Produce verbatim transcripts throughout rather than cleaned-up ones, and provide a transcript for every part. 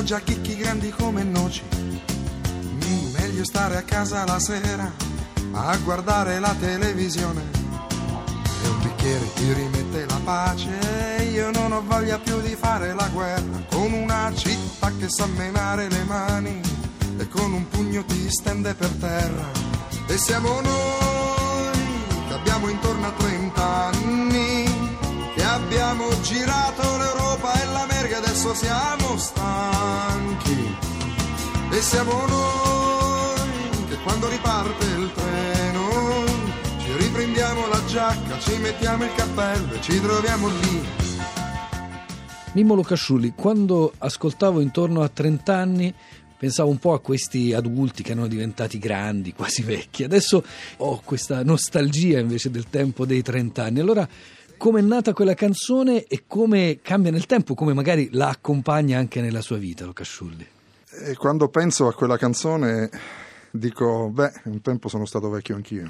già chicchi grandi come noci. Mm, meglio stare a casa la sera a guardare la televisione, e un bicchiere ti rimette la pace. Io non ho voglia più di fare la guerra con una città che sa menare le mani e con un pugno ti stende per terra. E siamo noi che abbiamo intorno a trent'anni, che abbiamo girato l'Europa e l'America, adesso siamo stanchi. E siamo noi che quando riparte il treno ci riprendiamo la giacca, ci mettiamo il cappello e ci troviamo lì. Mimmo Locasciulli, quando ascoltavo intorno a trent'anni pensavo un po' a questi adulti che erano diventati grandi, quasi vecchi. Adesso ho questa nostalgia invece del tempo dei trent'anni. Allora, come è nata quella canzone e come cambia nel tempo, come magari la accompagna anche nella sua vita, Locasciulli? E quando penso a quella canzone dico, beh, un tempo sono stato vecchio anch'io.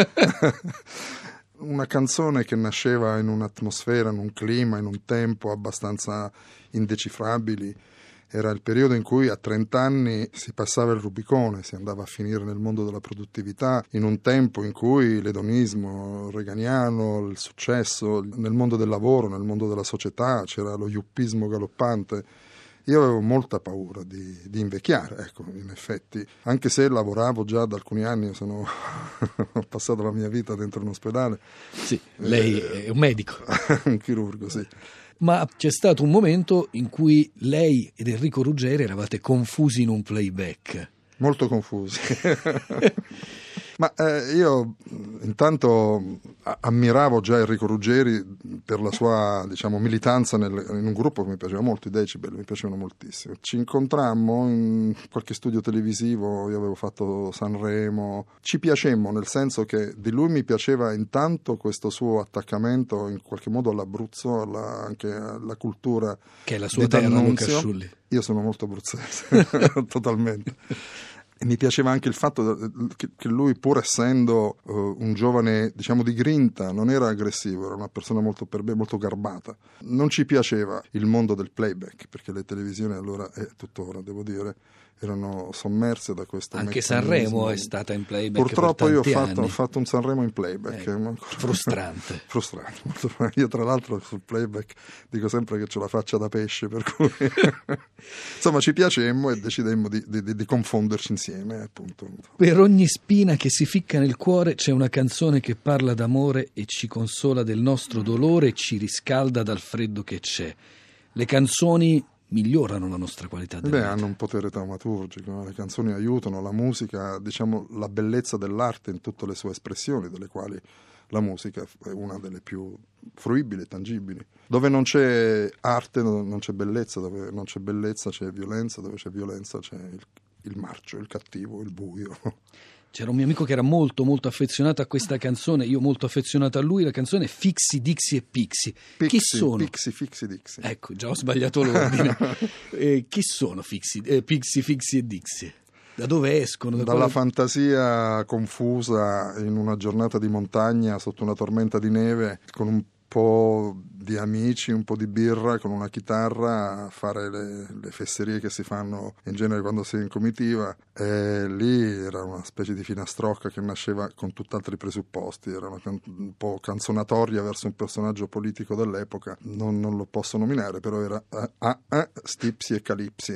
Una canzone che nasceva in un'atmosfera, in un clima, in un tempo abbastanza indecifrabili. Era il periodo in cui a trent'anni si passava il Rubicone, si andava a finire nel mondo della produttività, in un tempo in cui l'edonismo reganiano, il successo, nel mondo del lavoro, nel mondo della società, c'era lo yuppismo galoppante. Io avevo molta paura di, di invecchiare, ecco, in effetti, anche se lavoravo già da alcuni anni, sono ho passato la mia vita dentro un ospedale. Sì, lei eh, è un medico. Un chirurgo, sì. Ma c'è stato un momento in cui lei ed Enrico Ruggeri eravate confusi in un playback. Molto confusi. Ma eh, io intanto ammiravo già Enrico Ruggeri per la sua, diciamo, militanza nel, in un gruppo che mi piaceva molto, i Decibel, mi piacevano moltissimo. Ci incontrammo in qualche studio televisivo, io avevo fatto Sanremo, ci piacemmo nel senso che di lui mi piaceva intanto questo suo attaccamento in qualche modo all'Abruzzo, alla, anche alla cultura che è la sua terra, Locasciulli. Io sono molto abruzzese, totalmente. E mi piaceva anche il fatto che lui, pur essendo uh, un giovane, diciamo, di grinta, non era aggressivo, era una persona molto per me, molto garbata. Non ci piaceva il mondo del playback, perché le televisioni allora, e tuttora devo dire, erano sommerse da questo anche meccanismo. Sanremo è stata in playback. Purtroppo per io ho tanti fatto, anni. ho fatto un Sanremo in playback. Eh, frustrante. Frustrante. Molto, io tra l'altro sul playback dico sempre che c'ho la faccia da pesce, per cui insomma ci piacemmo e decidemmo di, di, di confonderci insieme, appunto. Per ogni spina che si ficca nel cuore c'è una canzone che parla d'amore e ci consola del nostro dolore e ci riscalda dal freddo che c'è. Le canzoni migliorano la nostra qualità della Beh, vita. hanno un potere taumaturgico, le canzoni aiutano, la musica, diciamo, la bellezza dell'arte in tutte le sue espressioni, delle quali la musica è una delle più fruibili e tangibili. Dove non c'è arte non c'è bellezza, dove non c'è bellezza c'è violenza, dove c'è violenza c'è il, il marcio, il cattivo, il buio. C'era un mio amico che era molto molto affezionato a questa canzone, io molto affezionato a lui. La canzone è Fixi, Dixie e Pixie. Pixie, Chi sono? Pixie, Fixie, Dixie. Ecco, già ho sbagliato l'ordine. eh, chi sono Fixie, eh, Pixie, Fixie e Dixie? Da dove escono? Da Dalla quale... fantasia confusa in una giornata di montagna sotto una tormenta di neve, con un po' di amici, un po' di birra, con una chitarra, a fare le, le fesserie che si fanno in genere quando si è in comitiva. E lì era una specie di filastrocca che nasceva con tutt'altri presupposti, era una can- un po' canzonatoria verso un personaggio politico dell'epoca, non, non lo posso nominare, però era ah, ah, ah, Stipsi e Calipsi.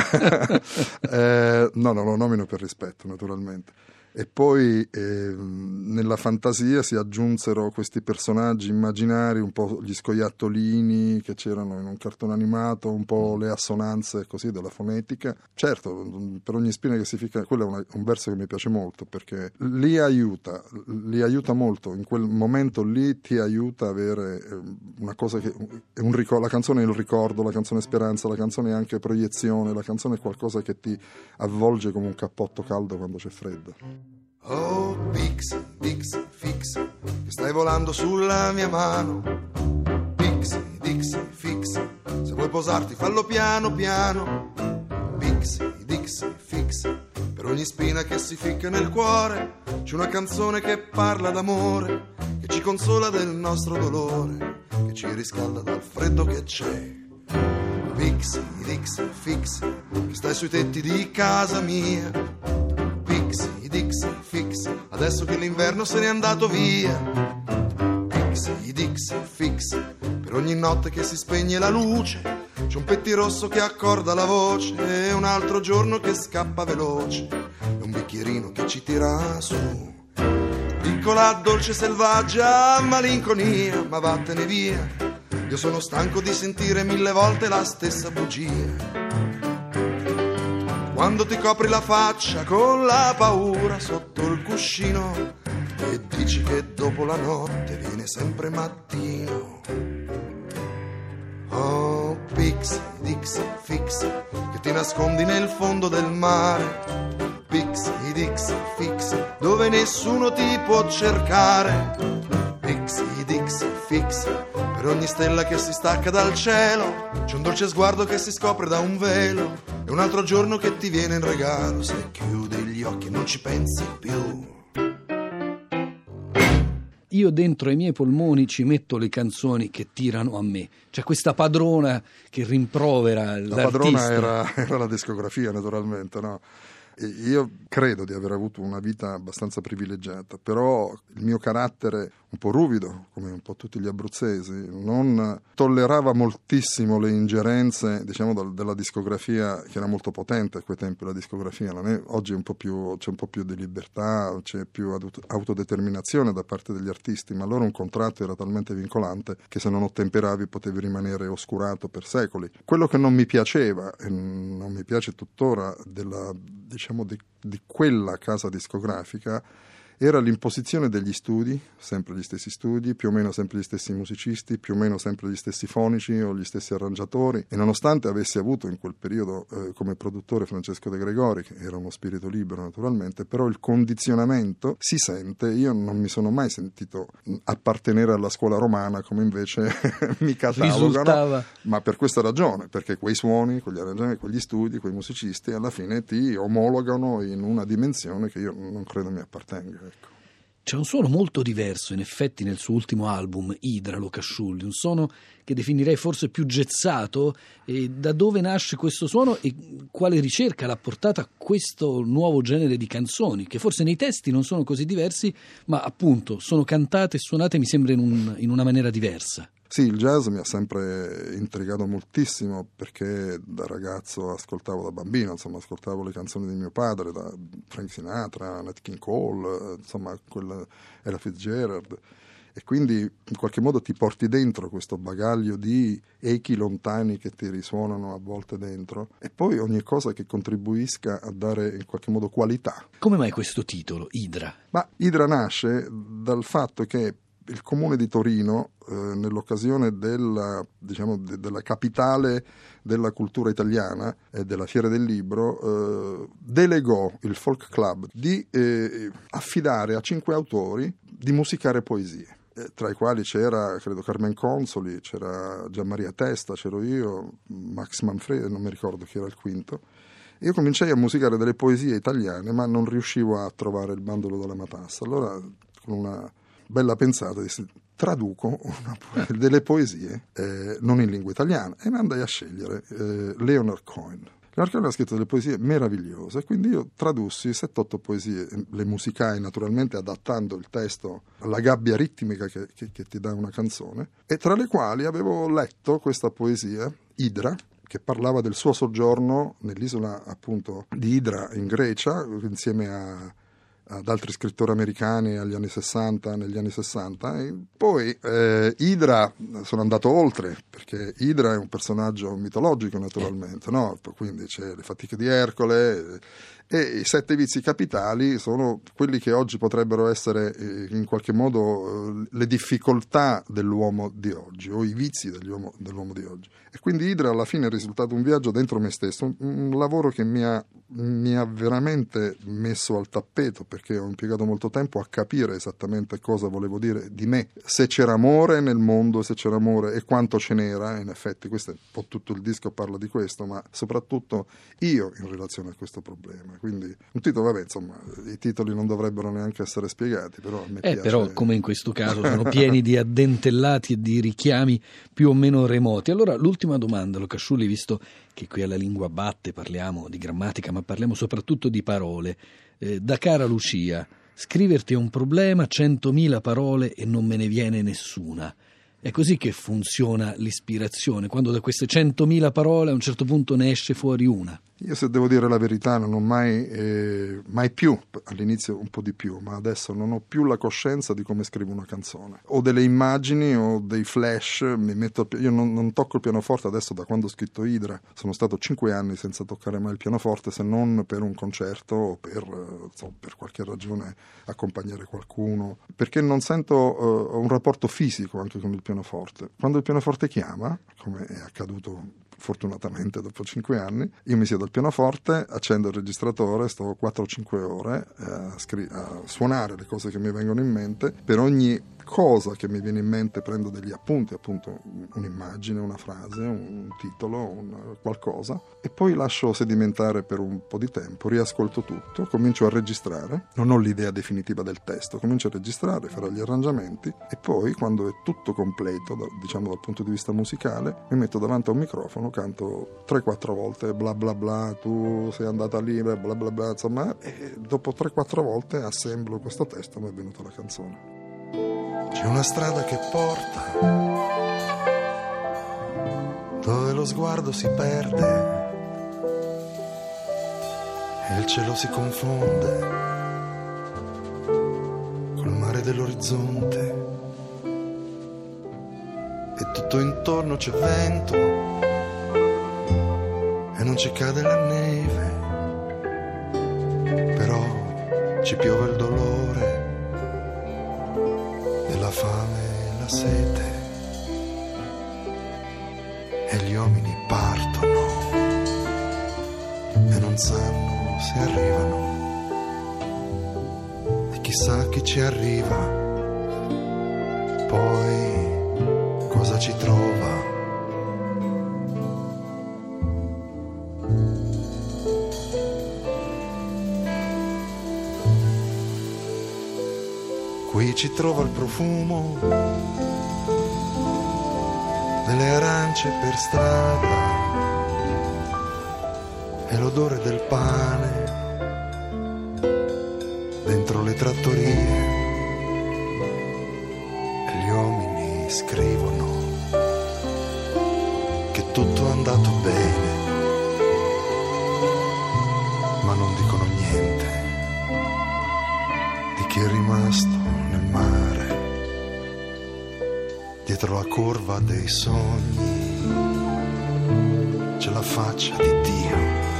eh, no, non lo nomino per rispetto, naturalmente. E poi eh, nella fantasia si aggiunsero questi personaggi immaginari, un po' gli scoiattolini che c'erano in un cartone animato, un po' le assonanze così della fonetica. Certo, per ogni spina che si ficca, quello è una, un verso che mi piace molto, perché li aiuta, li aiuta molto, in quel momento lì ti aiuta a avere una cosa che è un ricordo. La canzone è il ricordo, la canzone è speranza, la canzone è anche proiezione, la canzone è qualcosa che ti avvolge come un cappotto caldo quando c'è freddo. Oh, Pixie, Dixie, Fixie, che stai volando sulla mia mano. Pixie, Dixie, Fixie, se vuoi posarti fallo piano piano. Pixie, Dixie, Fixie, per ogni spina che si ficca nel cuore c'è una canzone che parla d'amore, che ci consola del nostro dolore, che ci riscalda dal freddo che c'è. Pixie, Dixie, Fix, che stai sui tetti di casa mia. Pixie, Dixie, Fix, adesso che l'inverno se n'è andato via. Pixie, Dixie, Fix, per ogni notte che si spegne la luce c'è un pettirosso che accorda la voce e un altro giorno che scappa veloce e un bicchierino che ci tira su. Piccola, dolce, selvaggia malinconia, ma vattene via, io sono stanco di sentire mille volte la stessa bugia. Quando ti copri la faccia con la paura sotto il cuscino e dici che dopo la notte viene sempre mattino. Oh, Pixie, Dixie, Fix, che ti nascondi nel fondo del mare. Pixie, Dixie, Fix, dove nessuno ti può cercare. Pixie, Dixie, Fix, per ogni stella che si stacca dal cielo c'è un dolce sguardo che si scopre da un velo e un altro giorno che ti viene in regalo se chiudi gli occhi e non ci pensi più. Io dentro ai miei polmoni ci metto le canzoni che tirano a me. C'è questa padrona che rimprovera l'artista. La padrona era, era la discografia, naturalmente, no? E io credo di aver avuto una vita abbastanza privilegiata, però il mio carattere un po' ruvido, come un po' tutti gli abruzzesi, non tollerava moltissimo le ingerenze, diciamo, dal, della discografia, che era molto potente a quei tempi. La discografia non è, oggi è un po' più, c'è un po' più di libertà, c'è più autodeterminazione da parte degli artisti, ma allora un contratto era talmente vincolante che se non ottemperavi potevi rimanere oscurato per secoli. Quello che non mi piaceva, e non mi piace tuttora, della, diciamo, di, di quella casa discografica, era l'imposizione degli studi, sempre gli stessi studi, più o meno sempre gli stessi musicisti, più o meno sempre gli stessi fonici o gli stessi arrangiatori, e nonostante avessi avuto in quel periodo eh, come produttore Francesco De Gregori, che era uno spirito libero naturalmente, però il condizionamento si sente. Io non mi sono mai sentito appartenere alla scuola romana come invece mi catalogano, risultava. Ma per questa ragione, perché quei suoni, quegli arrangiamenti, quegli studi, quei musicisti alla fine ti omologano in una dimensione che io non credo mi appartenga. Ecco. C'è un suono molto diverso in effetti nel suo ultimo album, Idra Lo Casciulli, un suono che definirei forse più gezzato. E da dove nasce questo suono e quale ricerca l'ha portata a questo nuovo genere di canzoni, che forse nei testi non sono così diversi, ma appunto sono cantate e suonate mi sembra in, un, in una maniera diversa? Sì, il jazz mi ha sempre intrigato moltissimo, perché da ragazzo ascoltavo, da bambino, insomma, ascoltavo le canzoni di mio padre, da Frank Sinatra, Nat King Cole, insomma, quella Ella Fitzgerald, e quindi in qualche modo ti porti dentro questo bagaglio di echi lontani che ti risuonano a volte dentro, e poi ogni cosa che contribuisca a dare in qualche modo qualità. Come mai questo titolo, Idra? Ma Idra nasce dal fatto che il comune di Torino, eh, nell'occasione della, diciamo, de, della capitale della cultura italiana e eh, della Fiera del Libro, eh, delegò il Folk Club di eh, affidare a cinque autori di musicare poesie, eh, tra i quali c'era, credo, Carmen Consoli, c'era Gianmaria Testa, c'ero io, Max Manfredi, non mi ricordo chi era il quinto. Io cominciai a musicare delle poesie italiane, ma non riuscivo a trovare il bandolo della matassa. Allora, con una bella pensata, dissi, traduco una po- delle poesie eh, non in lingua italiana, e ne andai a scegliere eh, Leonard Cohen. Leonard Cohen ha scritto delle poesie meravigliose, quindi io tradussi sette otto poesie, le musicai naturalmente adattando il testo alla gabbia ritmica che, che, che ti dà una canzone, e tra le quali avevo letto questa poesia, Idra, che parlava del suo soggiorno nell'isola appunto di Idra in Grecia, insieme a ad altri scrittori americani agli anni sessanta, negli anni sessanta, e poi eh, Idra sono andato oltre, perché Idra è un personaggio mitologico naturalmente, no? Quindi c'è le fatiche di Ercole, e i sette vizi capitali sono quelli che oggi potrebbero essere eh, in qualche modo eh, le difficoltà dell'uomo di oggi, o i vizi dell'uomo, dell'uomo di oggi. E quindi Idra alla fine è risultato un viaggio dentro me stesso, un, un lavoro che mi ha mi ha veramente messo al tappeto, perché ho impiegato molto tempo a capire esattamente cosa volevo dire di me, se c'era amore nel mondo, se c'era amore e quanto ce n'era. In effetti questo è un po' tutto il disco, parla di questo, ma soprattutto io in relazione a questo problema. Quindi un titolo, vabbè, insomma, i titoli non dovrebbero neanche essere spiegati, però a me eh, piace. Però come in questo caso sono pieni di addentellati e di richiami più o meno remoti. Allora l'ultima domanda, Locasciulli, visto che qui alla Lingua Batte parliamo di grammatica, ma parliamo soprattutto di parole. Eh, da cara Lucia, scriverti è un problema, centomila parole e non me ne viene nessuna. È così che funziona l'ispirazione, quando da queste centomila parole a un certo punto ne esce fuori una. Io, se devo dire la verità, non ho mai, eh, mai più, all'inizio un po' di più, ma adesso non ho più la coscienza di come scrivo una canzone. Ho delle immagini, ho dei flash, mi metto, io non, non tocco il pianoforte adesso da quando ho scritto Idra. Sono stato cinque anni senza toccare mai il pianoforte, se non per un concerto o per, so, per qualche ragione accompagnare qualcuno, perché non sento uh, un rapporto fisico anche con il pianoforte. Quando il pianoforte chiama, come è accaduto fortunatamente dopo cinque anni, io mi siedo al pianoforte, accendo il registratore, sto quattro o cinque ore a, scri- a suonare le cose che mi vengono in mente. Per ogni cosa che mi viene in mente prendo degli appunti, appunto un'immagine, una frase, un titolo, un qualcosa, e poi lascio sedimentare per un po' di tempo, riascolto tutto, comincio a registrare, non ho l'idea definitiva del testo, comincio a registrare, fare gli arrangiamenti e poi, quando è tutto completo, diciamo dal punto di vista musicale, mi metto davanti a un microfono, canto tre quattro volte bla bla bla, tu sei andata lì, bla bla bla, insomma, e dopo tre quattro volte assemblo questo testo e mi è venuta la canzone. C'è una strada che porta dove lo sguardo si perde e il cielo si confonde col mare dell'orizzonte e tutto intorno c'è vento e non ci cade la neve, però ci piove il dolore, la fame e la sete e gli uomini partono e non sanno se arrivano e chissà chi ci arriva poi cosa ci trova. Qui ci trova il profumo delle arance per strada e l'odore del pane dentro le trattorie e gli uomini scrivono che tutto è andato bene, ma non dicono niente di chi è rimasto nel mare, dietro la curva dei sogni c'è la faccia di Dio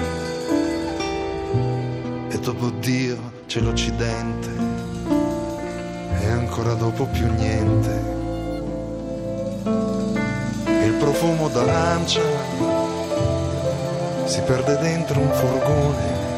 e dopo Dio c'è l'Occidente e ancora dopo più niente. E il profumo d'arancia si perde dentro un furgone